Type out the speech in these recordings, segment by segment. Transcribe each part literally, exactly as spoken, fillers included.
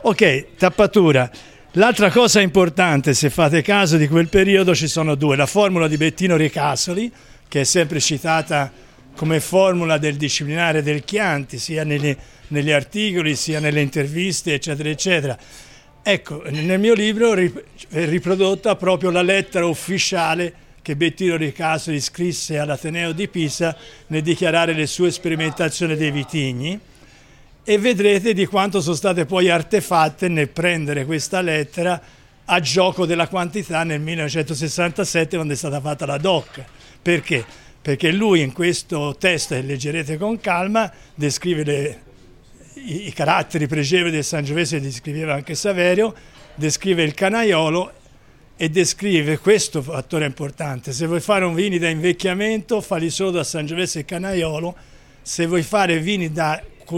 Ok, tappatura. L'altra cosa importante, se fate caso di quel periodo, ci sono due. La formula di Bettino Ricasoli, che è sempre citata come formula del disciplinare del Chianti, sia negli, negli articoli, sia nelle interviste, eccetera, eccetera. Ecco, nel mio libro è riprodotta proprio la lettera ufficiale che Bettino Ricasoli scrisse all'Ateneo di Pisa nel dichiarare le sue sperimentazioni dei vitigni, e vedrete di quanto sono state poi artefatte nel prendere questa lettera a gioco della quantità nel millenovecentosessantasette, quando è stata fatta la D O C. Perché? Perché lui in questo testo, che leggerete con calma, descrive le, i, i caratteri pregevoli del Sangiovese, che descriveva anche Saverio, descrive il canaiolo e descrive questo fattore importante. Se vuoi fare un vini da invecchiamento, falli solo da Sangiovese e canaiolo. Se vuoi fare vini da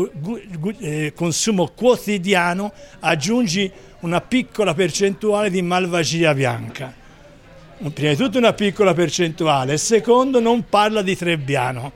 consumo quotidiano, aggiungi una piccola percentuale di Malvasia bianca. Prima di tutto una piccola percentuale, e secondo non parla di Trebbiano,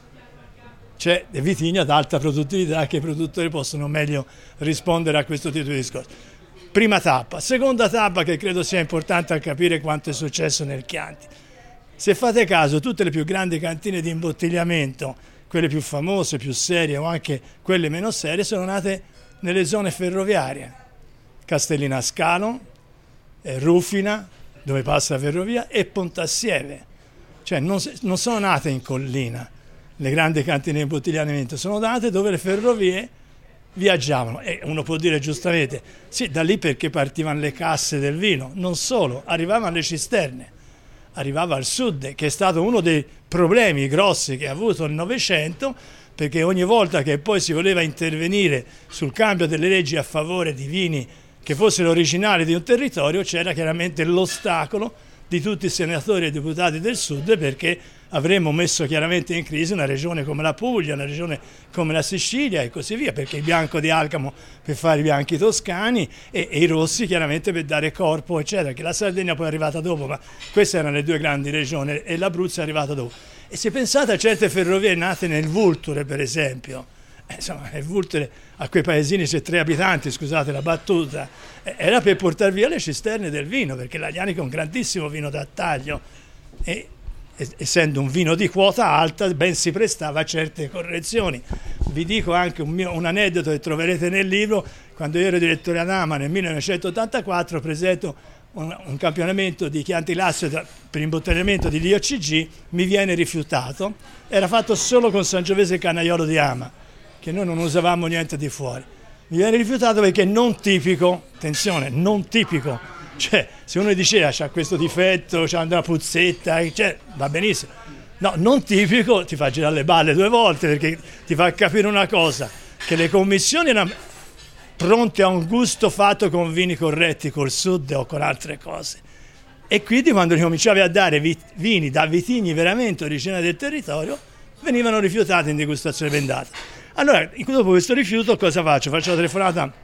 cioè dei vitigni ad alta produttività, che i produttori possono meglio rispondere a questo tipo di discorso. Prima tappa. Seconda tappa, che credo sia importante a capire quanto è successo nel Chianti. Se fate caso, tutte le più grandi cantine di imbottigliamento, quelle più famose, più serie, o anche quelle meno serie, sono nate nelle zone ferroviarie. Castellinascalo, eh, Rufina, dove passa la ferrovia, e Pontassieve. Cioè non, non sono nate in collina le grandi cantine di imbottigliamento, sono nate dove le ferrovie viaggiavano. E uno può dire giustamente, sì, da lì perché partivano le casse del vino. Non solo, arrivavano le cisterne. Arrivava al sud, che è stato uno dei problemi grossi che ha avuto il Novecento, perché ogni volta che poi si voleva intervenire sul cambio delle leggi a favore di vini che fossero originali di un territorio, c'era chiaramente l'ostacolo di tutti i senatori e deputati del sud, perché avremmo messo chiaramente in crisi una regione come la Puglia, una regione come la Sicilia e così via, perché il bianco di Alcamo per fare i bianchi toscani e, e i rossi chiaramente per dare corpo, eccetera, che la Sardegna poi è arrivata dopo, ma queste erano le due grandi regioni e l'Abruzzo è arrivata dopo. E se pensate a certe ferrovie nate nel Vulture, per esempio, eh, insomma, nel Vulture a quei paesini c'è tre abitanti, scusate la battuta, eh, era per portare via le cisterne del vino, perché l'Aglianico è un grandissimo vino da taglio e essendo un vino di quota alta, ben si prestava a certe correzioni. Vi dico anche un, mio, un aneddoto che troverete nel libro. Quando io ero direttore ad Ama nel millenovecentottantaquattro presento un, un campionamento di Chianti Lassio per imbottigliamento di D O C G, mi viene rifiutato. Era fatto solo con Sangiovese e Canaiolo di Ama, che noi non usavamo niente di fuori. Mi viene rifiutato perché non tipico, attenzione, non tipico. Cioè, se uno diceva c'ha questo difetto, c'ha una puzzetta, cioè, va benissimo. No, non tipico, ti fa girare le balle due volte, perché ti fa capire una cosa, che le commissioni erano pronte a un gusto fatto con vini corretti, col sud o con altre cose. E quindi quando cominciavi a dare vini da vitigni veramente originali del territorio, venivano rifiutati in degustazione bendata. Allora, dopo questo rifiuto cosa faccio? Faccio la telefonata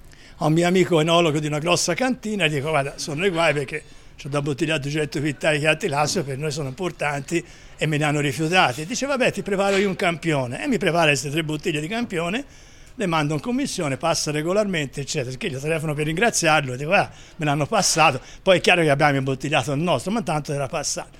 a un mio amico enologo di una grossa cantina e dico: guarda, sono nei guai perché ho da bottigliare duecento vittari di Chianti Lassio, per noi sono importanti e me ne hanno rifiutati. E dice: vabbè, ti preparo io un campione. E mi prepara queste tre bottiglie di campione, le mando in commissione, passa regolarmente, eccetera. Che io telefono per ringraziarlo e dico: guarda, me l'hanno passato. Poi è chiaro che abbiamo imbottigliato il nostro, ma tanto era passato.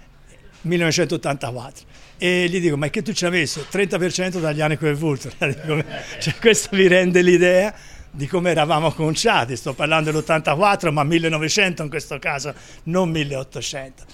millenovecentottantaquattro. E gli dico: ma che tu ci hai messo? trenta per cento Aglianico e Vulture. Cioè, questo vi rende l'idea di come eravamo conciati. Sto parlando dell'ottantaquattro, ma millenovecento in questo caso, non milleottocento.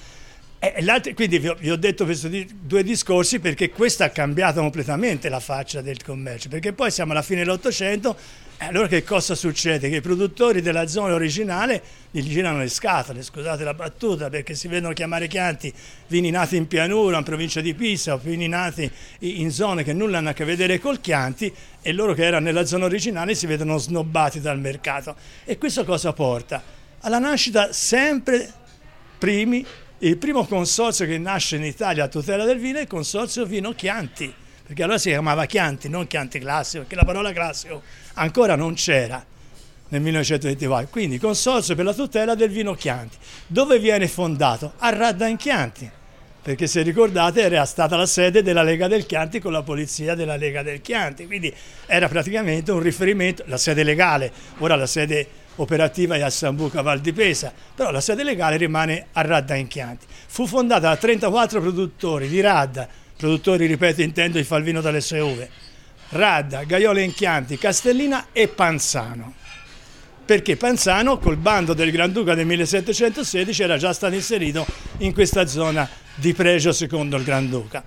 E quindi vi ho, vi ho detto questi due discorsi perché questo ha cambiato completamente la faccia del commercio, perché poi siamo alla fine dell'Ottocento. E allora che cosa succede? Che i produttori della zona originale gli girano le scatole, scusate la battuta, perché si vedono chiamare Chianti vini nati in pianura, in provincia di Pisa, o vini nati in zone che nulla hanno a che vedere col Chianti, e loro che erano nella zona originale si vedono snobbati dal mercato. E questo cosa porta? Alla nascita sempre primi, il primo consorzio che nasce in Italia a tutela del vino è il consorzio Vino Chianti, perché allora si chiamava Chianti, non Chianti Classico, perché la parola classico ancora non c'era nel millenovecentoventiquattro. Quindi consorzio per la tutela del vino Chianti. Dove viene fondato? A Radda in Chianti. perché se ricordate era stata la sede della Lega del Chianti con la polizia della Lega del Chianti, quindi era praticamente un riferimento, la sede legale, ora la sede operativa è a Sambuca Val di Pesa, però la sede legale rimane a Radda in Chianti. Fu fondata da trentaquattro produttori di Radda, produttori, ripeto, intendo il Falvino dalle sue uve, Radda, Gaiola in Chianti, Castellina e Panzano. Perché Panzano, col bando del Granduca del millesettecentosedici, era già stato inserito in questa zona di pregio secondo il Granduca.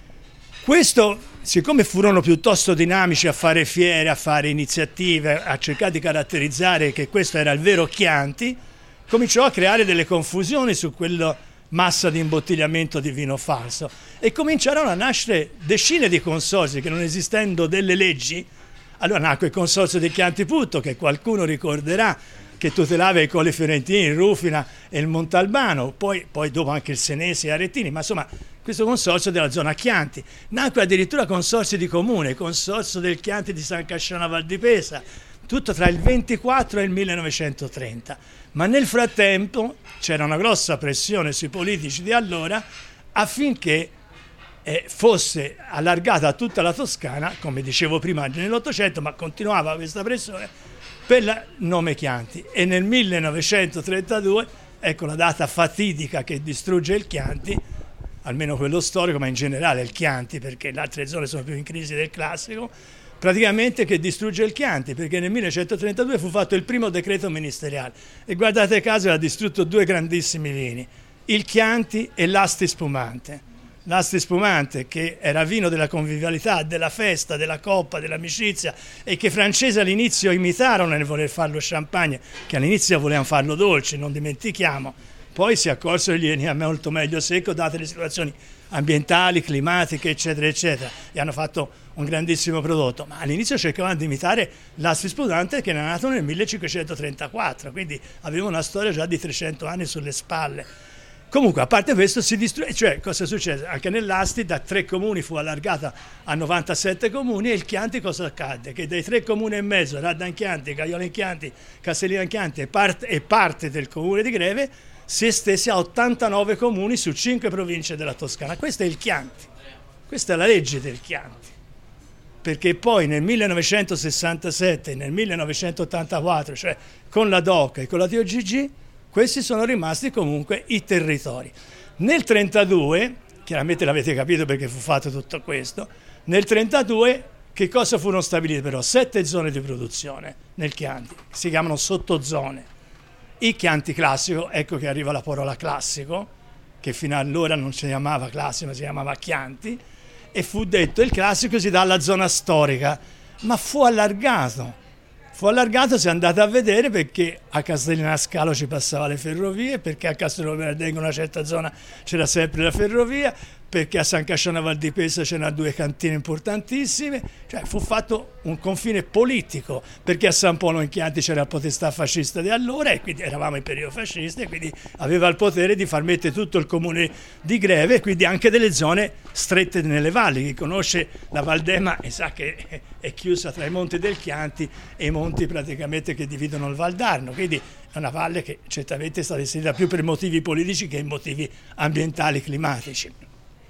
Questo, siccome furono piuttosto dinamici a fare fiere, a fare iniziative, a cercare di caratterizzare che questo era il vero Chianti, cominciò a creare delle confusioni su quella massa di imbottigliamento di vino falso e cominciarono a nascere decine di consorzi che, non esistendo delle leggi, allora nacque il consorzio di Chianti Putto, che qualcuno ricorderà, che tutelava i Colli Fiorentini, il Rufina e il Montalbano, poi, poi dopo anche il Senesi e Aretini, ma insomma questo consorzio della zona Chianti. Nacque addirittura consorzi di comune, consorzio del Chianti di San Casciano Val di Pesa, tutto tra il ventiquattro e il millenovecentotrenta. Ma nel frattempo c'era una grossa pressione sui politici di allora affinché eh, fosse allargata a tutta la Toscana, come dicevo prima nell'Ottocento, ma continuava questa pressione per il nome Chianti. E nel millenovecentotrentadue, ecco la data fatidica che distrugge il Chianti, almeno quello storico, ma in generale il Chianti, perché le altre zone sono più in crisi del classico, praticamente che distrugge il Chianti, perché nel millenovecentotrentadue fu fatto il primo decreto ministeriale e guardate caso ha distrutto due grandissimi vini, il Chianti e l'Asti Spumante. L'Asti Spumante, che era vino della convivialità, della festa, della coppa, dell'amicizia, e che i francesi all'inizio imitarono nel voler farlo champagne, che all'inizio volevano farlo dolce, non dimentichiamo, poi si accorsero che gli veniva molto meglio secco date le situazioni ambientali, climatiche, eccetera, eccetera, e hanno fatto un grandissimo prodotto, ma all'inizio cercavano di imitare l'Asti Spumante, che era nato nel millecinquecentotrentaquattro, quindi aveva una storia già di trecento anni sulle spalle. Comunque, a parte questo, si distrugge, cioè cosa succede? Anche nell'Asti da tre comuni fu allargata a novantasette comuni e il Chianti cosa accadde? Che dai tre comuni e mezzo, Radda in Chianti, Gaiola in Chianti, Castellina in Chianti e parte, e parte del comune di Greve, si estese a ottantanove comuni su cinque province della Toscana. Questo è il Chianti, questa è la legge del Chianti, perché poi nel millenovecentosessantasette e nel millenovecentottantaquattro, cioè con la D O C e con la T O G G, questi sono rimasti comunque i territori. Nel trentadue, chiaramente l'avete capito perché fu fatto tutto questo, nel trentadue che cosa furono stabilite però? Sette zone di produzione nel Chianti, si chiamano sottozone. Il Chianti classico, ecco che arriva la parola classico, che fino ad allora non si chiamava classico ma si chiamava Chianti, e fu detto il classico si dà alla zona storica, ma fu allargato. Fu allargato, si è andato a vedere perché a Castellina Scalo ci passava le ferrovie, perché a Castelnuovo Benedengo in una certa zona c'era sempre la ferrovia, perché a San Casciano Val di Pesa c'erano due cantine importantissime, cioè fu fatto un confine politico, perché a San Polo in Chianti c'era la potestà fascista di allora e quindi eravamo in periodo fascista e quindi aveva il potere di far mettere tutto il comune di Greve e quindi anche delle zone strette nelle valli. Chi conosce la Val d'Ema e sa che è chiusa tra i monti del Chianti e i monti praticamente che dividono il Val d'Arno, quindi è una valle che certamente è stata inserita più per motivi politici che motivi ambientali, climatici.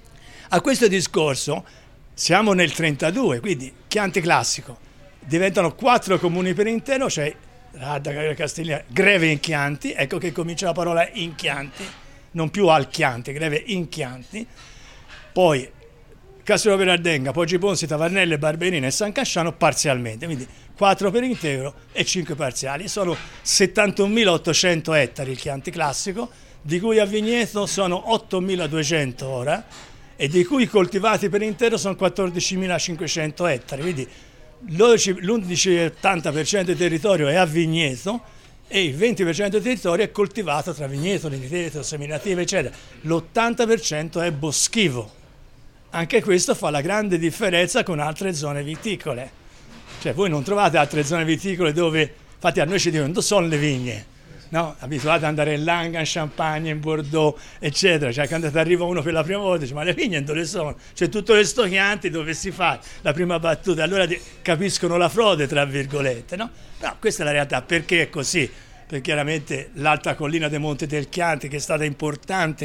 A questo discorso siamo nel trentadue, quindi Chianti classico, diventano quattro comuni per intero, cioè Radda, Gaiola, Castellina, Greve in Chianti, ecco che comincia la parola in Chianti, non più al Chianti, Greve in Chianti, poi Castelnuovo Benedengo, Poggi Ponzi, Tavernelle, Barberina e San Casciano parzialmente, quindi quattro per intero e cinque parziali, sono settantunomilaottocento ettari il Chianti classico, di cui a vigneto sono ottomiladuecento ora, e di cui coltivati per intero sono quattordicimilacinquecento ettari, quindi l'undici virgola ottanta per cento del territorio è a vigneto e il venti per cento del territorio è coltivato tra vigneto, vigneto, seminative, eccetera. L'ottanta per cento è boschivo. Anche questo fa la grande differenza con altre zone viticole. Cioè voi non trovate altre zone viticole dove, infatti a noi ci dicono dove sono le vigne, no? Abituati ad andare in Langue, in Champagne, in Bordeaux, eccetera. Cioè quando ti arriva uno per la prima volta dice ma le vigne dove sono? Cioè tutto le sto Chianti dove si fa la prima battuta, allora capiscono la frode tra virgolette, no? Però questa è la realtà. Perché è così? Perché chiaramente l'alta collina dei Monti del Chianti, che è stata importante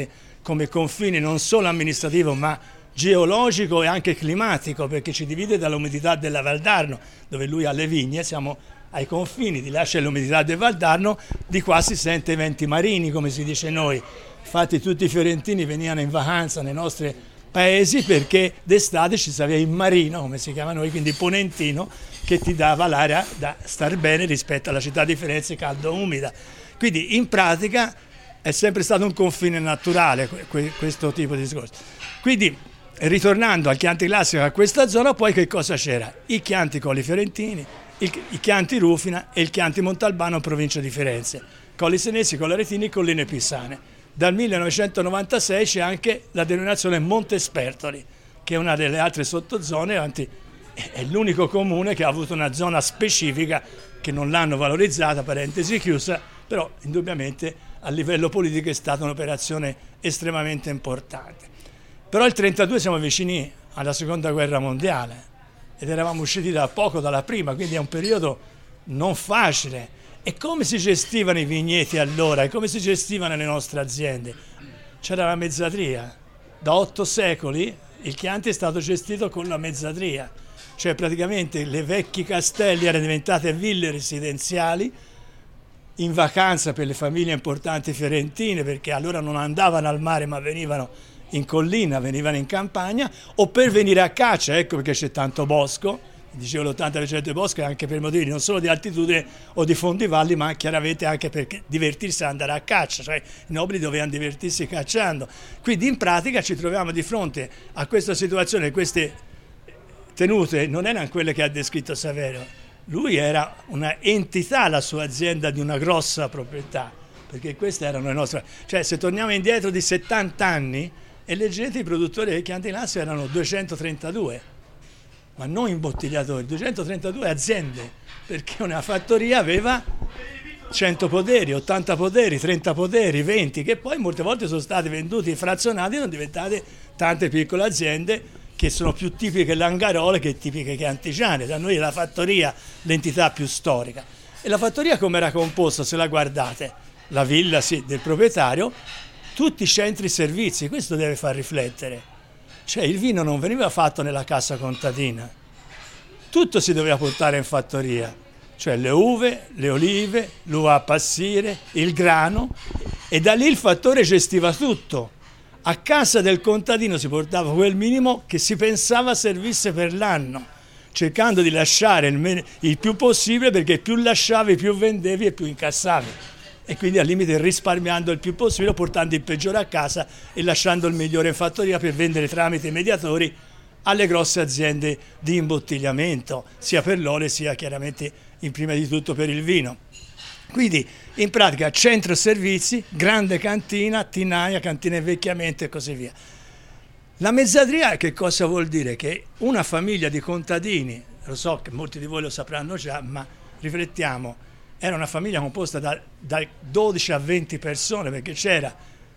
come confine non solo amministrativo ma geologico e anche climatico, perché ci divide dall'umidità della Valdarno, dove lui ha le vigne, siamo ai confini, di là c'è l'umidità del Valdarno, di qua si sente i venti marini, come si dice noi. Infatti tutti i fiorentini venivano in vacanza nei nostri paesi perché d'estate ci sapeva il marino, come si chiama noi, quindi ponentino, che ti dava l'aria da star bene rispetto alla città di Firenze caldo-umida. Quindi in pratica è sempre stato un confine naturale questo tipo di discorso. Quindi ritornando al Chianti classico, a questa zona, poi che cosa c'era? I Chianti Colli Fiorentini, il, i Chianti Rufina e il Chianti Montalbano, provincia di Firenze, Colli Senesi, Collaretini e Colline Pisane. Dal millenovecentonovantasei c'è anche la denominazione Montespertoli, che è una delle altre sottozone, anzi è l'unico comune che ha avuto una zona specifica che non l'hanno valorizzata, parentesi chiusa, però indubbiamente a livello politico è stata un'operazione estremamente importante. Però il trentadue siamo vicini alla seconda guerra mondiale ed eravamo usciti da poco dalla prima, quindi è un periodo non facile. E come si gestivano i vigneti allora? E come si gestivano le nostre aziende? C'era la mezzadria. Da otto secoli il Chianti è stato gestito con la mezzadria, cioè praticamente le vecchi castelli erano diventate ville residenziali in vacanza per le famiglie importanti fiorentine, perché allora non andavano al mare ma venivano in collina, venivano in campagna, o per venire a caccia, ecco perché c'è tanto bosco. Dicevo l'ottanta per cento dei boschi anche per motivi non solo di altitudine o di fondivalli, ma chiaramente anche per divertirsi ad andare a caccia, cioè i nobili dovevano divertirsi cacciando. Quindi in pratica ci troviamo di fronte a questa situazione, queste tenute non erano quelle che ha descritto Saverio, lui era una entità, la sua azienda, di una grossa proprietà, perché queste erano le nostre, cioè se torniamo indietro di settanta anni e leggete i produttori del Chianti classico erano duecentotrentadue. Ma non imbottigliatori, duecentotrentadue aziende, perché una fattoria aveva cento poderi, ottanta poderi, trenta poderi, venti, che poi molte volte sono stati venduti e frazionati e sono diventate tante piccole aziende che sono più tipiche langarole che tipiche chiantigiane. Da noi è la fattoria l'entità più storica. E la fattoria come era composta, se la guardate? La villa sì, del proprietario, tutti i centri servizi, questo deve far riflettere. Cioè il vino non veniva fatto nella cassa contadina, tutto si doveva portare in fattoria, cioè le uve, le olive, l'uva a passire, il grano, e da lì il fattore gestiva tutto. A casa del contadino si portava quel minimo che si pensava servisse per l'anno, cercando di lasciare il, il più possibile, perché più lasciavi, più vendevi e più incassavi. E quindi al limite risparmiando il più possibile, portando il peggiore a casa e lasciando il migliore in fattoria per vendere tramite i mediatori alle grosse aziende di imbottigliamento, sia per l'olio sia chiaramente in prima di tutto per il vino. Quindi in pratica centro servizi, grande cantina, tinaia, cantina invecchiamento e così via. La mezzadria che cosa vuol dire? Che una famiglia di contadini, lo so che molti di voi lo sapranno già, ma riflettiamo, era una famiglia composta da, da dodici a venti persone, perché c'era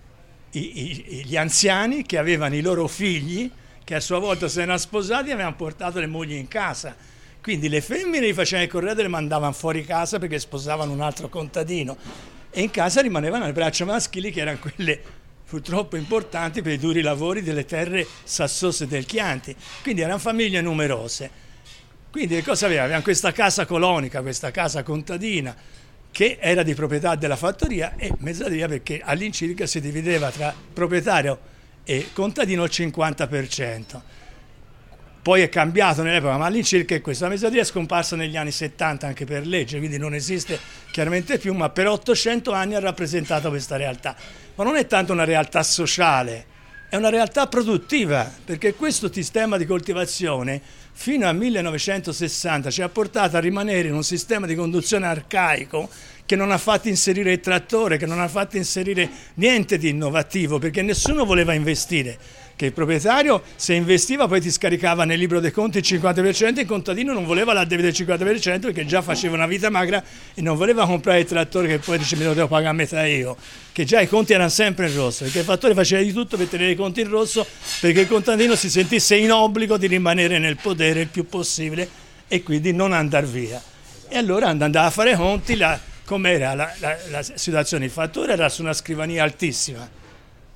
i, i, gli anziani che avevano i loro figli, che a sua volta se ne erano sposati e avevano portato le mogli in casa. Quindi le femmine li facevano il corredo e le mandavano fuori casa perché sposavano un altro contadino. E in casa rimanevano le braccia maschili, che erano quelle purtroppo importanti per i duri lavori delle terre sassose del Chianti. Quindi erano famiglie numerose. Quindi che cosa aveva? Avevano questa casa colonica, questa casa contadina, che era di proprietà della fattoria, e mezzadria perché all'incirca si divideva tra proprietario e contadino il cinquanta per cento. Poi è cambiato nell'epoca, ma all'incirca è questo. La mezzadria è scomparsa negli anni settanta anche per legge, quindi non esiste chiaramente più, ma per ottocento anni ha rappresentato questa realtà. Ma non è tanto una realtà sociale, è una realtà produttiva, perché questo sistema di coltivazione fino al millenovecentosessanta ci ha portato a rimanere in un sistema di conduzione arcaico che non ha fatto inserire il trattore, che non ha fatto inserire niente di innovativo, perché nessuno voleva investire. Che il proprietario, se investiva, poi ti scaricava nel libro dei conti il cinquanta per cento, il contadino non voleva l'addebito del cinquanta per cento perché già faceva una vita magra e non voleva comprare il trattore che poi dice me lo devo pagare a metà io, che già i conti erano sempre in rosso, perché il fattore faceva di tutto per tenere i conti in rosso, perché il contadino si sentisse in obbligo di rimanere nel potere il più possibile e quindi non andare via. E allora andava a fare conti, la, com'era la, la, la situazione, il fattore era su una scrivania altissima,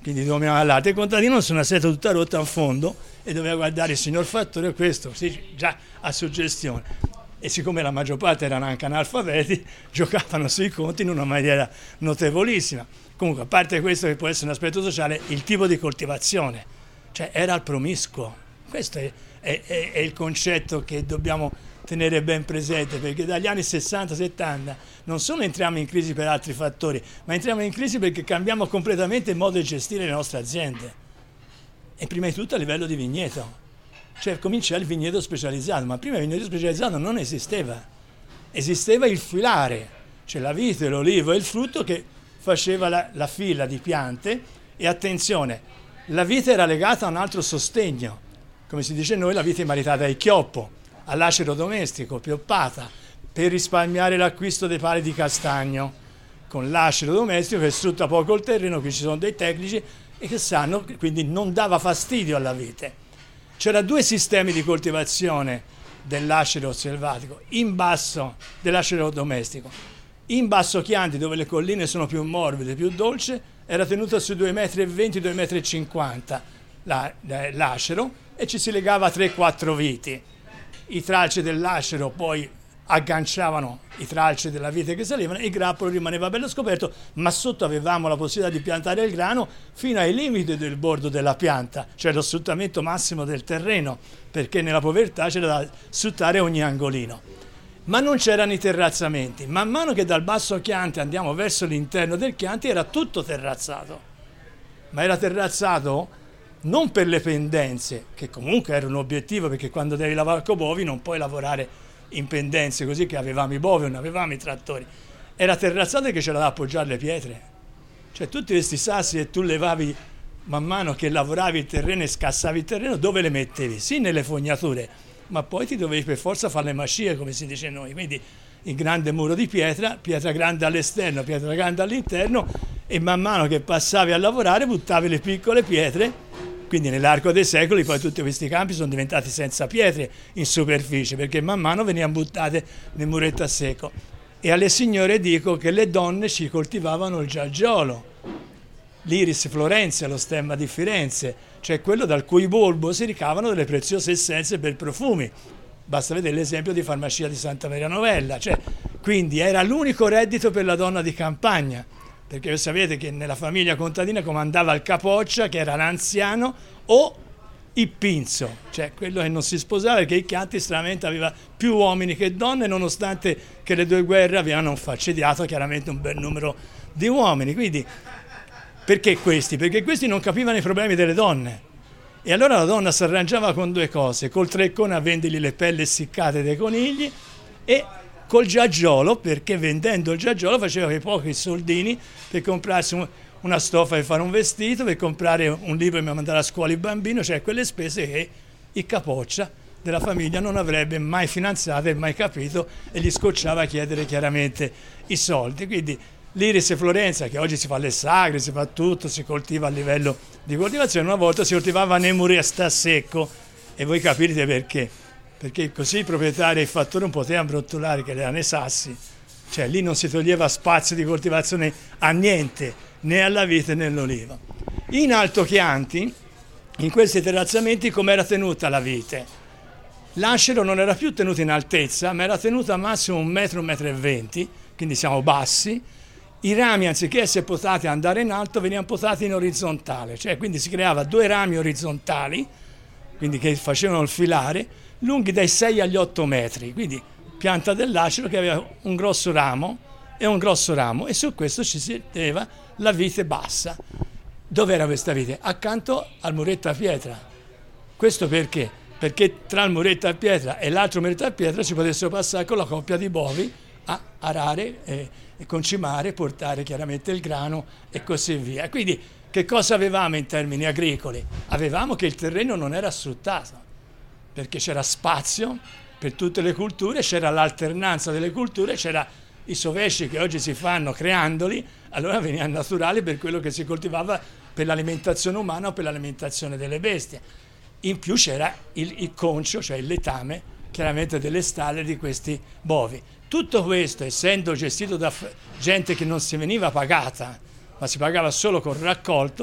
quindi dovevamo all'altro. Il contadino su una seta tutta rotta in fondo e doveva guardare il signor fattore, questo sì, già a suggestione. E siccome la maggior parte erano anche analfabeti, giocavano sui conti in una maniera notevolissima. Comunque, a parte questo che può essere un aspetto sociale, il tipo di coltivazione, cioè era il promiscuo. Questo è, è, è, è il concetto che dobbiamo tenere ben presente, perché dagli anni sessanta settanta non solo entriamo in crisi per altri fattori, ma entriamo in crisi perché cambiamo completamente il modo di gestire le nostre aziende. E prima di tutto a livello di vigneto. Cioè comincia il vigneto specializzato, ma prima il vigneto specializzato non esisteva. Esisteva il filare, cioè la vite, l'olivo e il frutto che faceva la, la fila di piante. E attenzione, la vite era legata a un altro sostegno. Come si dice noi, la vite è maritata al chioppo, all'acero domestico, pioppata, per risparmiare l'acquisto dei pali di castagno. Con l'acero domestico che sfrutta poco il terreno, qui ci sono dei tecnici e che sanno, quindi non dava fastidio alla vite. C'era due sistemi di coltivazione dell'acero selvatico, in basso dell'acero domestico. In basso Chianti, dove le colline sono più morbide, più dolci, era tenuto su due virgola venti metri, due virgola cinquanta metri l'acero e ci si legava a tre quattro viti. I tralci dell'acero poi agganciavano i tralci della vite che salivano e il grappolo rimaneva bello scoperto, ma sotto avevamo la possibilità di piantare il grano fino ai limiti del bordo della pianta, cioè lo sfruttamento massimo del terreno, perché nella povertà c'era da sfruttare ogni angolino. Ma non c'erano i terrazzamenti. Man mano che dal basso Chianti andiamo verso l'interno del Chianti era tutto terrazzato, ma era terrazzato non per le pendenze, che comunque era un obiettivo, perché quando devi lavorare con bovi non puoi lavorare in pendenze, così che avevamo i bovi, non avevamo i trattori. Era terrazzato perché c'era da appoggiare le pietre. Cioè tutti questi sassi che tu levavi man mano che lavoravi il terreno e scassavi il terreno, dove le mettevi? Sì, nelle fognature, ma poi ti dovevi per forza fare le mascie, come si dice noi. Quindi il grande muro di pietra, pietra grande all'esterno, pietra grande all'interno, e man mano che passavi a lavorare buttavi le piccole pietre. Quindi nell'arco dei secoli poi tutti questi campi sono diventati senza pietre in superficie, perché man mano venivano buttate nel muretto a secco. E alle signore dico che le donne ci coltivavano il giaggiolo, l'iris florense, lo stemma di Firenze, cioè quello dal cui bulbo si ricavano delle preziose essenze per profumi. Basta vedere l'esempio di farmacia di Santa Maria Novella. Cioè, quindi era l'unico reddito per la donna di campagna, perché voi sapete che nella famiglia contadina comandava il capoccia, che era l'anziano, o il pinzo, cioè quello che non si sposava, perché il Chianti stranamente aveva più uomini che donne, nonostante che le due guerre avevano falcidiato chiaramente un bel numero di uomini. Quindi perché questi? Perché questi non capivano i problemi delle donne. E allora la donna si arrangiava con due cose: col treccone a vendergli le pelle essiccate dei conigli e col giaggiolo, perché vendendo il giaggiolo faceva quei pochi soldini per comprarsi un, una stoffa e fare un vestito, per comprare un libro e mandare a scuola il bambino, cioè quelle spese che il capoccia della famiglia non avrebbe mai finanziato e mai capito, e gli scocciava a chiedere chiaramente i soldi. Quindi l'iris Florenza, che oggi si fa le sagre, si fa tutto, si coltiva a livello di coltivazione, una volta si coltivava nei muri a sta secco, e voi capite perché. Perché così i proprietari e il fattore non potevano brontolare, che erano i sassi, cioè lì non si toglieva spazio di coltivazione a niente, né alla vite né all'oliva. In Alto Chianti, in questi terrazzamenti, come era tenuta la vite? L'acero non era più tenuto in altezza, ma era tenuto a massimo un metro, un metro e venti, quindi siamo bassi. I rami, anziché essere potati e andare in alto, venivano potati in orizzontale, cioè quindi si creava due rami orizzontali, quindi che facevano il filare, lunghi dai sei agli otto metri, quindi pianta dell'acero che aveva un grosso ramo e un grosso ramo, e su questo ci si metteva la vite bassa. Dove era questa vite? Accanto al muretto a pietra. Questo perché? Perché tra il muretto a pietra e l'altro muretto a pietra ci potessero passare con la coppia di bovi a arare e, e concimare, portare chiaramente il grano e così via. Quindi che cosa avevamo in termini agricoli? Avevamo che il terreno non era sfruttato, perché c'era spazio per tutte le culture, c'era l'alternanza delle culture, c'era i sovesci che oggi si fanno creandoli, allora venivano naturali per quello che si coltivava per l'alimentazione umana o per l'alimentazione delle bestie. In più c'era il, il concio, cioè il letame, chiaramente delle stalle di questi bovi. Tutto questo, essendo gestito da gente che non si veniva pagata, ma si pagava solo col raccolto,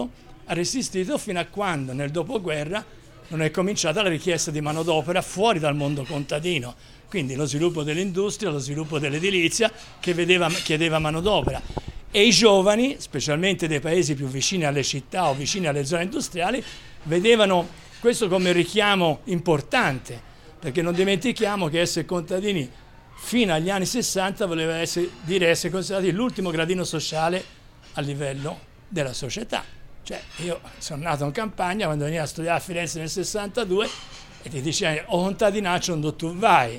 ha resistito fino a quando nel dopoguerra non è cominciata la richiesta di manodopera fuori dal mondo contadino, quindi lo sviluppo dell'industria, lo sviluppo dell'edilizia che vedeva, chiedeva manodopera, e i giovani, specialmente dei paesi più vicini alle città o vicini alle zone industriali, vedevano questo come richiamo importante, perché non dimentichiamo che essere contadini fino agli anni sessanta voleva essere, dire essere considerati l'ultimo gradino sociale a livello della società. Cioè, io sono nato in campagna, quando venivo a studiare a Firenze nel sessantadue e ti dicevano o contadinaccio dove tu vai.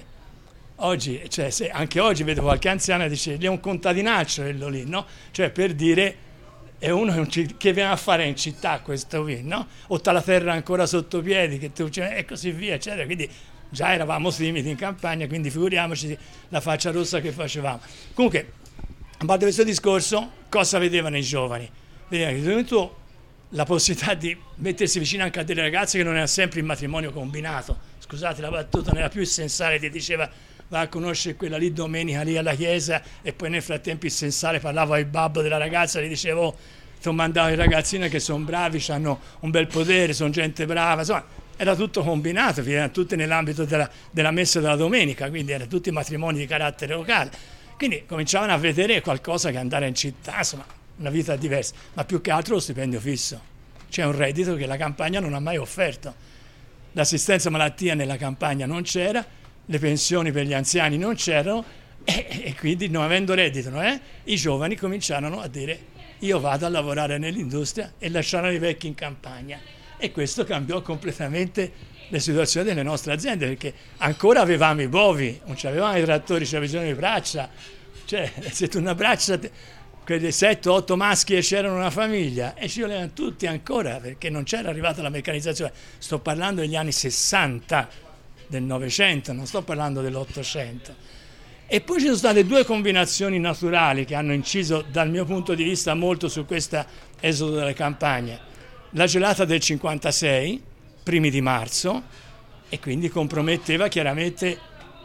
Oggi, cioè, se anche oggi vedo qualche anziano e dice è un contadinaccio quello lì, no? Cioè, per dire è uno che viene a fare in città questo qui, no? O t'ha la terra ancora sotto piedi che tu, cioè, e così via, eccetera. Quindi già eravamo timidi in campagna, quindi figuriamoci la faccia rossa che facevamo. Comunque, a parte questo discorso, cosa vedevano i giovani? Vedevano che tu la possibilità di mettersi vicino anche a delle ragazze che non era sempre il matrimonio combinato. Scusate la battuta, non era più sensale, ti diceva va a conoscere quella lì domenica lì alla chiesa, e poi nel frattempo il sensale parlava al babbo della ragazza, gli dicevo ti ho mandato i ragazzini che sono bravi, hanno un bel potere, sono gente brava, insomma era tutto combinato, erano tutti nell'ambito della, della messa della domenica, quindi erano tutti matrimoni di carattere locale, quindi cominciavano a vedere qualcosa che andare in città, insomma una vita diversa, ma più che altro lo stipendio fisso. C'è un reddito che la campagna non ha mai offerto. L'assistenza malattia nella campagna non c'era, le pensioni per gli anziani non c'erano, e, e quindi non avendo reddito, no, eh, i giovani cominciarono a dire io vado a lavorare nell'industria e lasciarono i vecchi in campagna. E questo cambiò completamente le situazioni delle nostre aziende, perché ancora avevamo i bovi, non avevamo i trattori, c'era bisogno di braccia, cioè se tu una braccia... quelle sette otto maschi e c'erano una famiglia e ci volevano tutti ancora, perché non c'era arrivata la meccanizzazione. Sto parlando degli anni sessanta del Novecento, non sto parlando dell'Ottocento. E poi ci sono state due combinazioni naturali che hanno inciso dal mio punto di vista molto su questo esodo delle campagne. La gelata del cinquantasei, primi di marzo, e quindi comprometteva chiaramente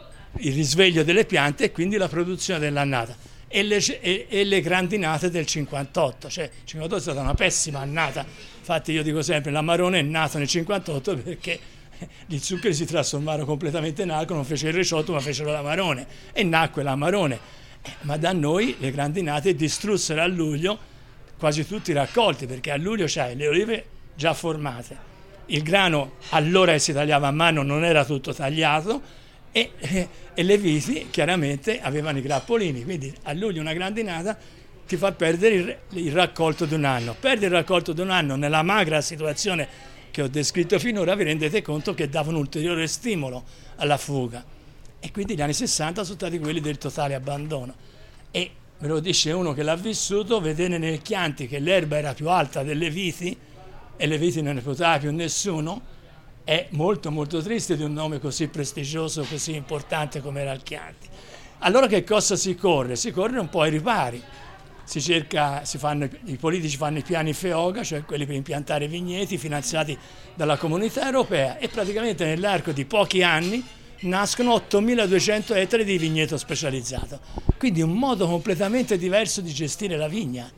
il risveglio delle piante e quindi la produzione dell'annata. E le, e, e le grandinate del cinquantotto, cioè il cinquantotto è stata una pessima annata, infatti io dico sempre l'Amarone è nato nel cinquantotto perché gli zuccheri si trasformarono completamente in alcol, non fece il reciotto ma fecero l'Amarone e nacque l'Amarone, eh, ma da noi le grandinate distrussero a luglio quasi tutti i raccolti, perché a luglio c'hai le olive già formate, il grano allora che si tagliava a mano non era tutto tagliato, E, e le viti chiaramente avevano i grappolini, quindi a luglio una grandinata ti fa perdere il, il raccolto di un anno. Perdere il raccolto di un anno nella magra situazione che ho descritto finora, vi rendete conto che dava un ulteriore stimolo alla fuga, e quindi gli anni sessanta sono stati quelli del totale abbandono. E me lo dice uno che l'ha vissuto, vedere nel Chianti che l'erba era più alta delle viti e le viti non ne poteva più nessuno, è molto molto triste di un nome così prestigioso, così importante come era il Chianti. Allora che cosa si corre? Si corre un po' ai ripari, si cerca, si fanno, i politici fanno i piani FEOGA, cioè quelli per impiantare vigneti finanziati dalla Comunità Europea, e praticamente nell'arco di pochi anni nascono ottomiladuecento ettari di vigneto specializzato, quindi un modo completamente diverso di gestire la vigna.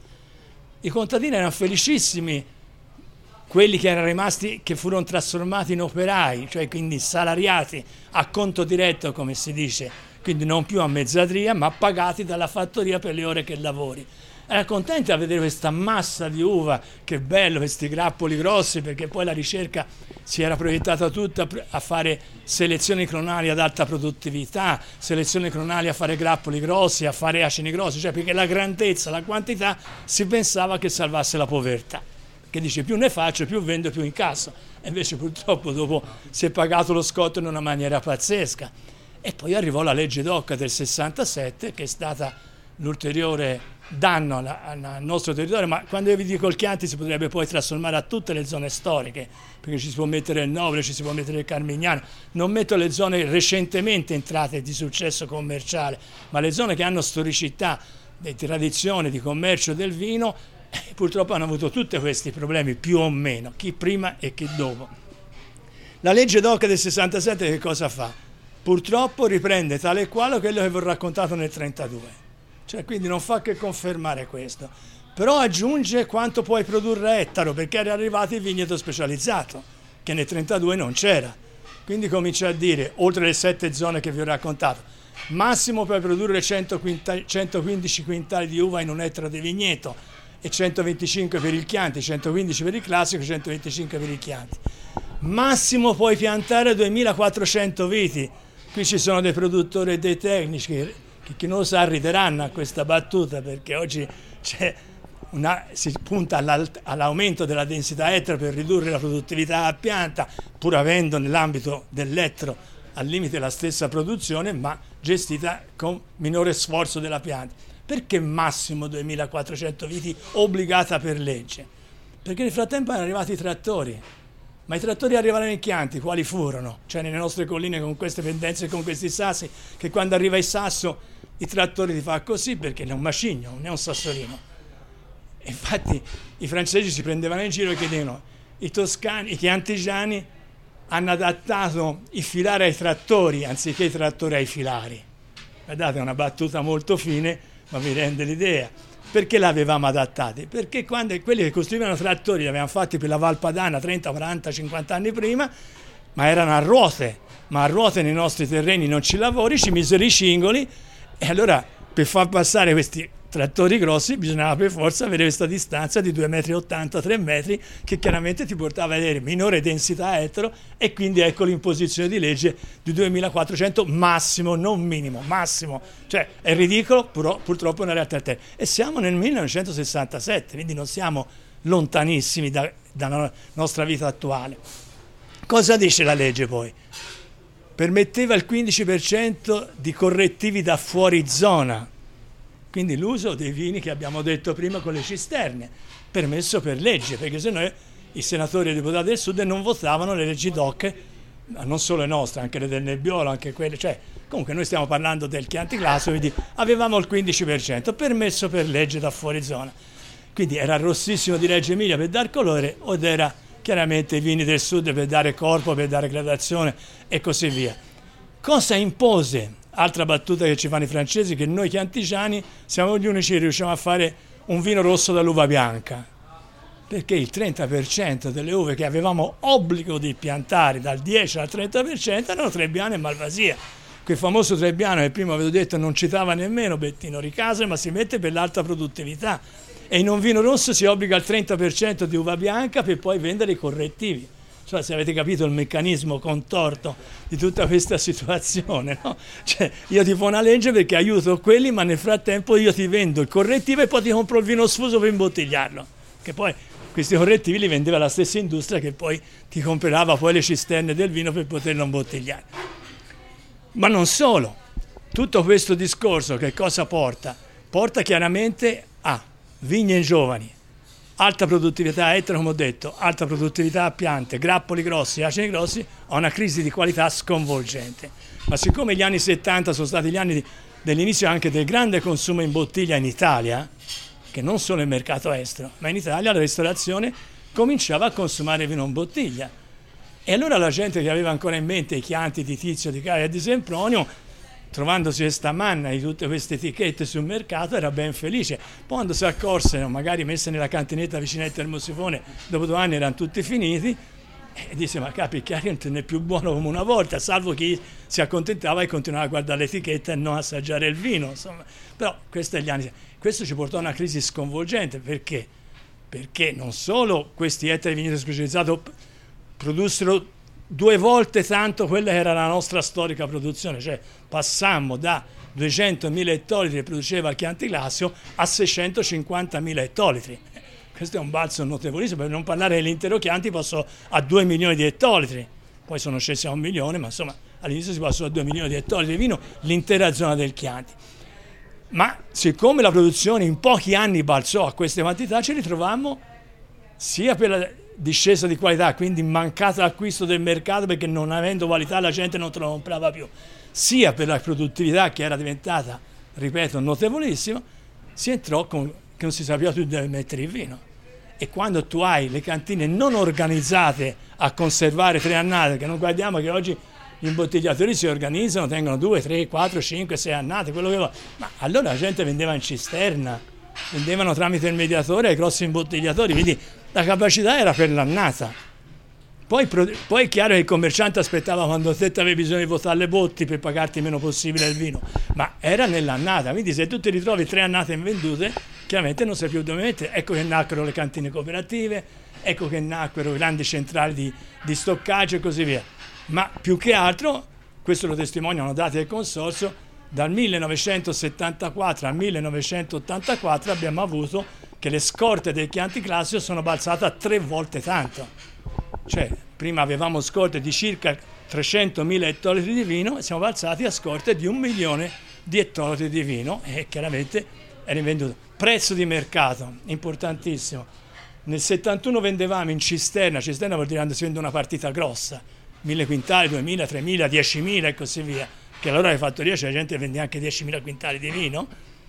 I contadini erano felicissimi, quelli che erano rimasti, che furono trasformati in operai, cioè quindi salariati a conto diretto, come si dice, quindi non più a mezzadria, ma pagati dalla fattoria per le ore che lavori. Era contenti a vedere questa massa di uva, che bello, questi grappoli grossi, perché poi la ricerca si era proiettata tutta a fare selezioni clonali ad alta produttività, selezioni clonali a fare grappoli grossi, a fare acini grossi, cioè perché la grandezza, la quantità si pensava che salvasse la povertà. Che dice più ne faccio, più vendo, più incasso. E invece purtroppo dopo si è pagato lo scotto in una maniera pazzesca. E poi arrivò la legge d'Oca del sessantasette, che è stata l'ulteriore danno alla, al nostro territorio, ma quando io vi dico il Chianti si potrebbe poi trasformare a tutte le zone storiche, perché ci si può mettere il Novre, ci si può mettere il Carmignano, non metto le zone recentemente entrate di successo commerciale, ma le zone che hanno storicità, di tradizione, di commercio del vino, purtroppo hanno avuto tutti questi problemi più o meno, chi prima e chi dopo. La legge d'Oca del sessantasette che cosa fa? Purtroppo riprende tale e quale quello che vi ho raccontato nel trentadue, cioè quindi non fa che confermare questo, però aggiunge quanto puoi produrre ettaro, perché era arrivato il vigneto specializzato, che nel trentadue non c'era. Quindi comincia a dire, oltre le sette zone che vi ho raccontato, massimo puoi produrre cento quinta, centoquindici quintali di uva in un ettaro di vigneto, e centoventicinque per il Chianti, centoquindici per il classico, centoventicinque per il Chianti. Massimo puoi piantare duemilaquattrocento viti. Qui ci sono dei produttori e dei tecnici che, che chi non lo sa rideranno a questa battuta, perché oggi c'è una, si punta all'aumento della densità ettaro per ridurre la produttività a pianta, pur avendo nell'ambito dell'ettaro al limite la stessa produzione, ma gestita con minore sforzo della pianta. Perché massimo duemilaquattrocento viti obbligata per legge? Perché nel frattempo erano arrivati i trattori, ma i trattori arrivavano in Chianti, quali furono? Cioè nelle nostre colline con queste pendenze e con questi sassi, che quando arriva il sasso i trattori ti fa così, perché non è un macigno, non è un sassolino. E infatti i francesi si prendevano in giro e chiedevano, i toscani, i chiantigiani hanno adattato i filari ai trattori anziché i trattori ai filari. Guardate, è una battuta molto fine, ma vi rende l'idea. Perché l'avevamo adattati? Perché quando quelli che costruivano trattori li avevano fatti per la Valpadana trenta, quaranta, cinquanta anni prima, ma erano a ruote, ma a ruote nei nostri terreni non ci lavori, ci misero i cingoli, e allora per far passare questi trattori grossi bisognava per forza avere questa distanza di due virgola ottanta metri, tre metri, che chiaramente ti portava a avere minore densità ettaro, e quindi ecco l'imposizione di legge di duemilaquattrocento massimo, non minimo, massimo. Cioè è ridicolo, però purtroppo è una realtà alterna. E siamo nel millenovecentosessantasette, quindi non siamo lontanissimi da, dalla nostra vita attuale. Cosa dice la legge poi? Permetteva il quindici per cento di correttivi da fuori zona. Quindi l'uso dei vini che abbiamo detto prima con le cisterne, permesso per legge, perché se no i senatori e i deputati del Sud non votavano le leggi D O C, non solo le nostre, anche le del Nebbiolo, anche quelle, cioè comunque noi stiamo parlando del Chianti classico, quindi avevamo il quindici per cento, permesso per legge da fuori zona. Quindi era rossissimo di Reggio Emilia per dar colore, ed era chiaramente i vini del Sud per dare corpo, per dare gradazione e così via. Cosa impose? Altra battuta che ci fanno i francesi, che noi chiantigiani siamo gli unici che riusciamo a fare un vino rosso dall'uva bianca, perché il trenta per cento delle uve che avevamo obbligo di piantare, dal dieci al trenta per cento, erano Trebbiano e Malvasia. Quel famoso Trebbiano che prima avevo detto non citava nemmeno Bettino Ricase, ma si mette per l'alta produttività, e in un vino rosso si obbliga al trenta per cento di uva bianca per poi vendere i correttivi. Cioè, se avete capito il meccanismo contorto di tutta questa situazione, no? Cioè, io ti fo una legge perché aiuto quelli, ma nel frattempo io ti vendo il correttivo e poi ti compro il vino sfuso per imbottigliarlo, che poi questi correttivi li vendeva la stessa industria che poi ti comprava poi le cisterne del vino per poterlo imbottigliare. Ma non solo, tutto questo discorso che cosa porta? Porta chiaramente a vigne giovani, alta produttività ettaro, come ho detto, alta produttività a piante, grappoli grossi, acini grossi, a una crisi di qualità sconvolgente. Ma siccome gli anni settanta sono stati gli anni di, dell'inizio anche del grande consumo in bottiglia in Italia, che non solo il mercato estero, ma in Italia la ristorazione cominciava a consumare vino in bottiglia. E allora la gente che aveva ancora in mente i Chianti di Tizio, di Caio e di Sempronio, trovandosi questa manna di tutte queste etichette sul mercato, era ben felice. Poi quando si accorsero, magari messe nella cantinetta vicino al termosifone, dopo due anni erano tutti finiti, e disse, ma capi, il Chianti non è più buono come una volta, salvo chi si accontentava e continuava a guardare l'etichetta e non assaggiare il vino, insomma. Però questo è gli anni. Questo ci portò a una crisi sconvolgente, perché? Perché non solo questi ettari di vigneto specializzato produssero due volte tanto quella che era la nostra storica produzione, cioè passammo da duecentomila ettolitri che produceva il Chianti classico a seicentocinquantamila ettolitri. Questo è un balzo notevolissimo, per non parlare dell'intero Chianti passò a due milioni di ettolitri, poi sono scesi a un milione, ma insomma all'inizio si passò a due milioni di ettolitri di vino, l'intera zona del Chianti. Ma siccome la produzione in pochi anni balzò a queste quantità, ci ritrovammo sia per la discesa di qualità, quindi mancato acquisto del mercato perché non avendo qualità la gente non te lo comprava più, sia per la produttività che era diventata, ripeto, notevolissima, si entrò con che non si sapeva più dove mettere il vino. E quando tu hai le cantine non organizzate a conservare tre annate, che non guardiamo che oggi gli imbottigliatori si organizzano, tengono due, tre, quattro, cinque, sei annate, quello che vuoi, ma allora la gente vendeva in cisterna, vendevano tramite il mediatore ai grossi imbottigliatori, quindi la capacità era per l'annata. Poi, poi è chiaro che il commerciante aspettava quando te avevi bisogno di votare le botti per pagarti il meno possibile il vino, ma era nell'annata, quindi se tu ti ritrovi tre annate invendute, chiaramente non sai più dove mettere. Ecco che nacquero le cantine cooperative, ecco che nacquero grandi centrali di, di stoccaggio e così via. Ma più che altro, questo lo testimoniano dati del consorzio, dal millenovecentosettantaquattro al millenovecentottantaquattro abbiamo avuto che le scorte del Chianti Classico sono balzate a tre volte tanto. Cioè, prima avevamo scorte di circa trecentomila ettolitri di vino e siamo balzati a scorte di un milione di ettolitri di vino e chiaramente è rivenduto. Prezzo di mercato, importantissimo. Nel settantuno vendevamo in cisterna, cisterna vuol dire quando si vende una partita grossa, mille quintali, duemila, tremila, diecimila e così via, che allora le fattorie c'è gente che vende anche diecimila quintali di vino,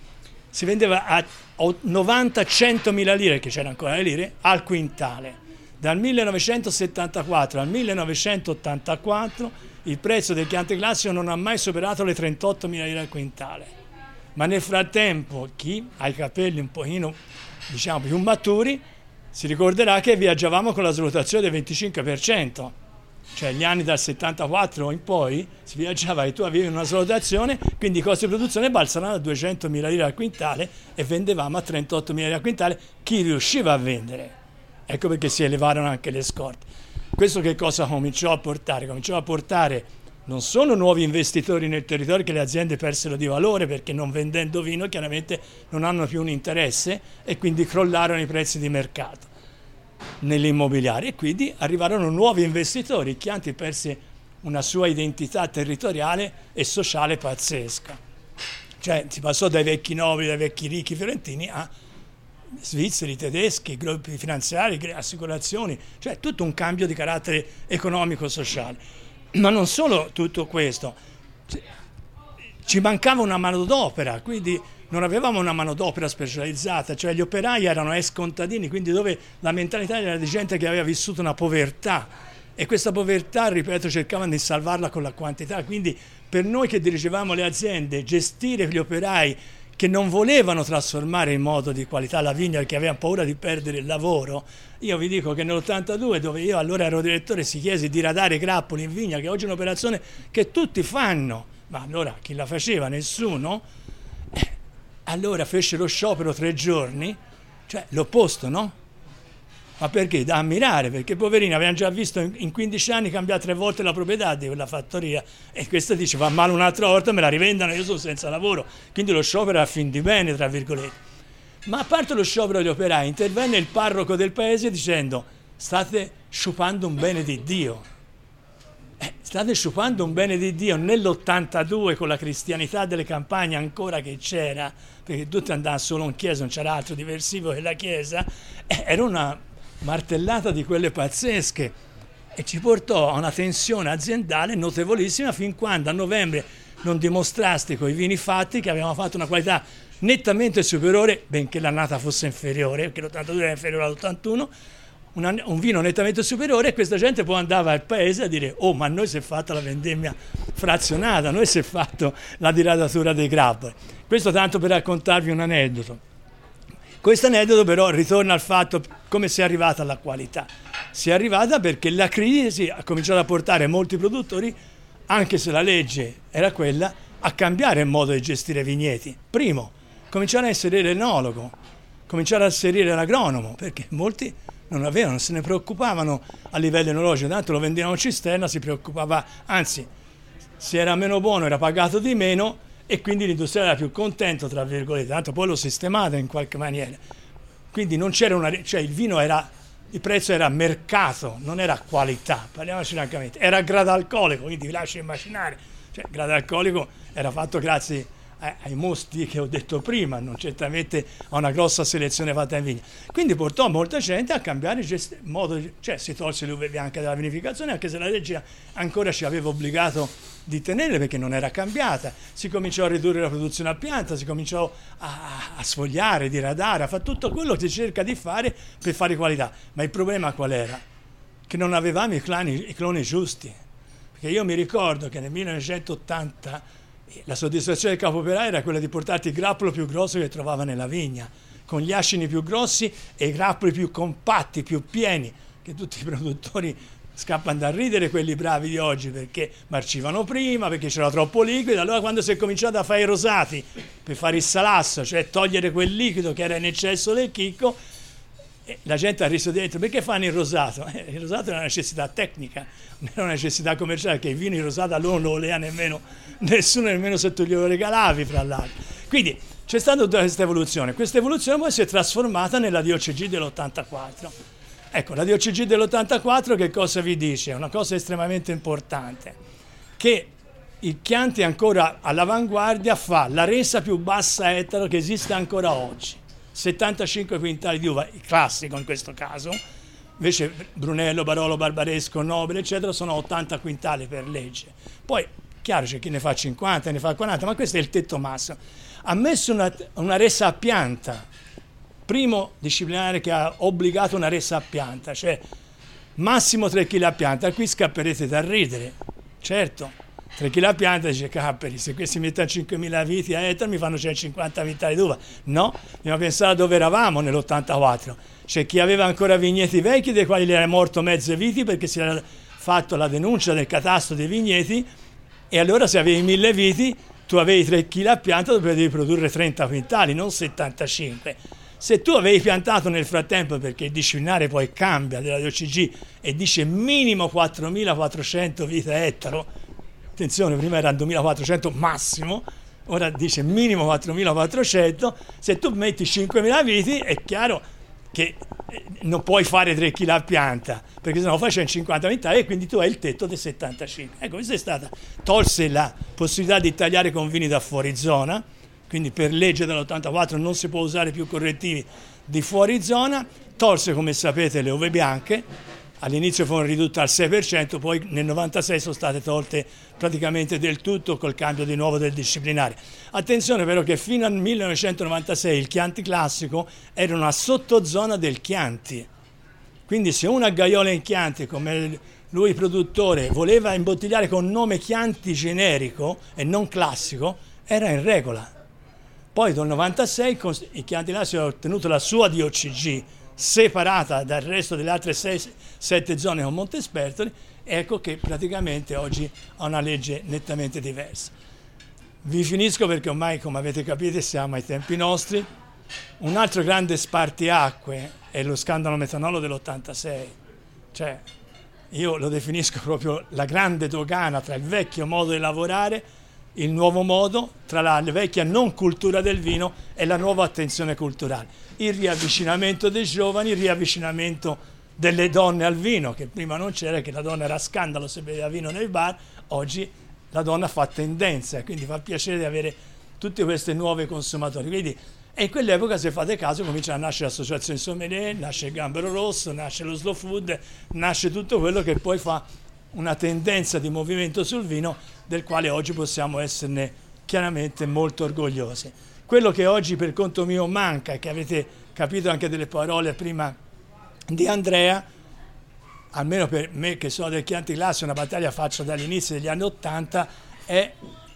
si vendeva a novanta centomila lire, che c'erano ancora le lire, al quintale. Dal millenovecentosettantaquattro al millenovecentottantaquattro il prezzo del Chianti Classico non ha mai superato le trentottomila lire al quintale. Ma nel frattempo chi ha i capelli un pochino, diciamo, più maturi si ricorderà che viaggiavamo con la svalutazione del venticinque per cento. Cioè gli anni dal settantaquattro in poi si viaggiava e tu avevi una svalutazione, quindi i costi di produzione balzavano da duecentomila lire al quintale e vendevamo a trentottomila lire al quintale chi riusciva a vendere. Ecco perché si elevarono anche le scorte. Questo che cosa cominciò a portare? Cominciò a portare non solo nuovi investitori nel territorio, che le aziende persero di valore perché non vendendo vino chiaramente non hanno più un interesse e quindi crollarono i prezzi di mercato nell'immobiliare e quindi arrivarono nuovi investitori. Il Chianti perse una sua identità territoriale e sociale pazzesca. Cioè si passò dai vecchi nobili, dai vecchi ricchi fiorentini a svizzeri, tedeschi, gruppi finanziari, assicurazioni, cioè tutto un cambio di carattere economico-sociale. Ma non solo tutto questo, ci mancava una manodopera, quindi non avevamo una manodopera specializzata, cioè gli operai erano ex contadini, quindi dove la mentalità era di gente che aveva vissuto una povertà e questa povertà, ripeto, cercavano di salvarla con la quantità, quindi per noi che dirigevamo le aziende, gestire gli operai che non volevano trasformare in modo di qualità la vigna perché avevano paura di perdere il lavoro. Io vi dico che nell'ottantadue, dove io allora ero direttore, si chiese di radare grappoli in vigna, che oggi è un'operazione che tutti fanno, ma allora chi la faceva? Nessuno. Eh, allora fece lo sciopero tre giorni, cioè l'opposto, no? Ma perché? Da ammirare, perché poverini avevano già visto in quindici anni cambiare tre volte la proprietà di quella fattoria e questa dice va male un'altra volta, me la rivendono, io sono senza lavoro. Quindi lo sciopero era a fin di bene, tra virgolette. Ma a parte lo sciopero degli operai, intervenne il parroco del paese dicendo state sciupando un bene di Dio. Eh, state sciupando un bene di Dio nell'ottantadue con la cristianità delle campagne ancora che c'era, perché tutti andavano solo in chiesa, non c'era altro diversivo che la chiesa, eh, era una martellata di quelle pazzesche e ci portò a una tensione aziendale notevolissima fin quando a novembre non dimostrasti con i vini fatti che avevamo fatto una qualità nettamente superiore, benché l'annata fosse inferiore, perché l'ottantadue era inferiore all'ottantuno, un, un vino nettamente superiore, e questa gente poi andava al paese a dire oh, ma noi si è fatta la vendemmia frazionata, noi si è fatto la diradatura dei grappoli. Questo tanto per raccontarvi un aneddoto. Questo aneddoto però ritorna al fatto come si è arrivata alla qualità. Si è arrivata perché la crisi ha cominciato a portare molti produttori, anche se la legge era quella, a cambiare il modo di gestire vigneti. Primo, cominciare a inserire l'enologo, cominciare a inserire l'agronomo, perché molti non avevano, non se ne preoccupavano a livello enologico, tanto lo vendevano in cisterna, si preoccupava, anzi, se era meno buono era pagato di meno, e quindi l'industriale era più contento, tra virgolette, tanto poi lo sistemata in qualche maniera. Quindi non c'era una, cioè il vino era, il prezzo era mercato, non era qualità, parliamoci francamente, era grado alcolico, quindi vi lascio immaginare, cioè grado alcolico era fatto grazie ai mosti che ho detto prima, non certamente a una grossa selezione fatta in vigna. Quindi portò molta gente a cambiare gest- modo, di, cioè si tolse le uve bianche dalla vinificazione, anche se la legge ancora ci aveva obbligato di tenere perché non era cambiata. Si cominciò a ridurre la produzione a pianta, si cominciò a, a sfogliare, diradare, a fare tutto quello che si cerca di fare per fare qualità. Ma il problema qual era? Che non avevamo i cloni, i cloni giusti. Perché io mi ricordo che nel millenovecentottanta la soddisfazione del capo operaio era quella di portarti il grappolo più grosso che trovava nella vigna. con gli acini più grossi e i grappoli più compatti, più pieni, che tutti i produttori scappano da ridere, quelli bravi di oggi, perché marcivano prima, perché c'era troppo liquido. Allora quando si è cominciato a fare i rosati per fare il salasso, cioè togliere quel liquido che era in eccesso del chicco, la gente ha riso dentro: perché fanno il rosato? Eh, il rosato è una necessità tecnica, non è una necessità commerciale, che il vino in rosato non lo voleva nemmeno nessuno, nemmeno se tu glielo regalavi, fra l'altro. Quindi c'è stata tutta questa evoluzione. Questa evoluzione poi si è trasformata nella D O C G dell'ottantaquattro. Ecco, la D O C G dell'ottantaquattro che cosa vi dice? È una cosa estremamente importante, che il Chianti ancora all'avanguardia fa la resa più bassa a ettaro che esiste ancora oggi, settantacinque quintali di uva, il classico in questo caso. Invece Brunello, Barolo, Barbaresco, Nobile eccetera sono ottanta quintali per legge. Poi chiaro c'è chi ne fa cinquanta, ne fa quaranta, ma questo è il tetto massimo. Ha messo una, una resa a pianta, primo disciplinare che ha obbligato una resa a pianta, cioè massimo tre chili a pianta. Qui scapperete da ridere, certo, tre chili a pianta, dice capperi, se questi mettono cinquemila viti a ettaro mi fanno centocinquanta quintali d'uva. No, dobbiamo pensare a dove eravamo nell'ottantaquattro. C'è chi aveva ancora vigneti vecchi dei quali gli era morto mezzo viti perché si era fatto la denuncia del catasto dei vigneti, e allora se avevi mille viti tu avevi tre chili a pianta, dovevi produrre trenta quintali, non settantacinque. Se tu avevi piantato nel frattempo, perché il disciplinare poi cambia della D O C G e dice minimo quattromilaquattrocento viti a ettaro, attenzione, prima era duemilaquattrocento massimo, ora dice minimo quattromilaquattrocento, se tu metti cinquemila viti è chiaro che non puoi fare tre chili a pianta, perché sennò fai centocinquanta quintali e quindi tu hai il tetto del settantacinque. Ecco, questa è stata, tolse la possibilità di tagliare con vini da fuori zona, quindi per legge dell'ottantaquattro non si può usare più correttivi di fuori zona, tolse come sapete le uve bianche, all'inizio furono ridotte al sei per cento, poi nel novantasei sono state tolte praticamente del tutto col cambio di nuovo del disciplinare. Attenzione però che fino al millenovecentonovantasei il Chianti classico era una sottozona del Chianti, quindi se una gaiola in Chianti, come lui produttore, voleva imbottigliare con nome Chianti generico e non classico, era in regola. Poi dal novantasei il Chianti classico ha ottenuto la sua D O C G separata dal resto delle altre sei sette zone con Montespertoli, ecco che praticamente oggi ha una legge nettamente diversa. Vi finisco perché ormai, come avete capito, siamo ai tempi nostri. Un altro grande spartiacque è lo scandalo metanolo dell'ottantasei, cioè io lo definisco proprio la grande dogana tra il vecchio modo di lavorare, il nuovo modo, tra la vecchia non cultura del vino e la nuova attenzione culturale, il riavvicinamento dei giovani, il riavvicinamento delle donne al vino, che prima non c'era, che la donna era scandalo se beveva vino nei bar, oggi la donna fa tendenza, quindi fa piacere di avere tutti questi nuovi consumatori. Quindi, e in quell'epoca, se fate caso, comincia a nascere l'associazione sommelier, nasce il Gambero Rosso, nasce lo slow food, nasce tutto quello che poi fa una tendenza di movimento sul vino del quale oggi possiamo esserne chiaramente molto orgogliosi. Quello che oggi per conto mio manca, e che avete capito anche delle parole prima di Andrea, almeno per me che sono del Chianti classico, una battaglia faccio dall'inizio degli anni Ottanta, è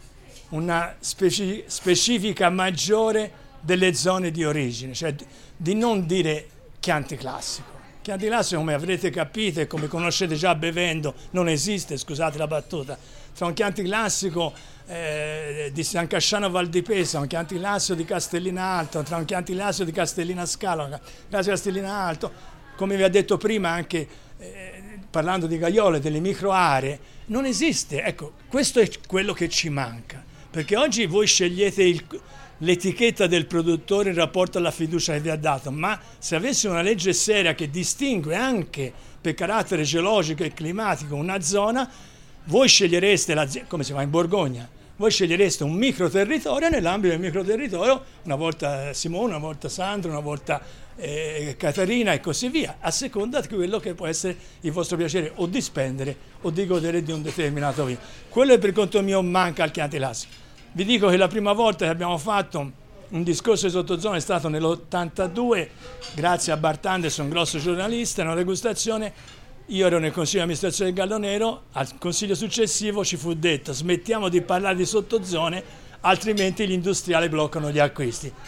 una speci- specifica maggiore delle zone di origine, cioè di non dire Chianti classico. Chianti classico, come avrete capito e come conoscete già bevendo, non esiste, scusate la battuta. Tra un Chianti classico eh, di San Casciano Val di Pesa, un Chianti classico di Castellina Alto, tra un Chianti classico di Castellina Scala, un classico di Castellina Alto, come vi ho detto prima anche eh, parlando di gaiole, delle micro aree, non esiste. Ecco, questo è quello che ci manca, perché oggi voi scegliete il... l'etichetta del produttore in rapporto alla fiducia che vi ha dato, ma se avessi una legge seria che distingue anche per carattere geologico e climatico una zona, voi scegliereste, l'azienda, come si fa in Borgogna, voi scegliereste un microterritorio, nell'ambito del microterritorio una volta Simone, una volta Sandro, una volta eh, Caterina e così via, a seconda di quello che può essere il vostro piacere o di spendere o di godere di un determinato vino. Quello è per conto mio manca al Chianti classico. Vi dico che la prima volta che abbiamo fatto un discorso di sottozona è stato nell'ottantadue, grazie a Bart Anderson, un grosso giornalista, una degustazione. Io ero nel consiglio di amministrazione del Gallonero, al consiglio successivo ci fu detto smettiamo di parlare di sottozone, altrimenti gli industriali bloccano gli acquisti.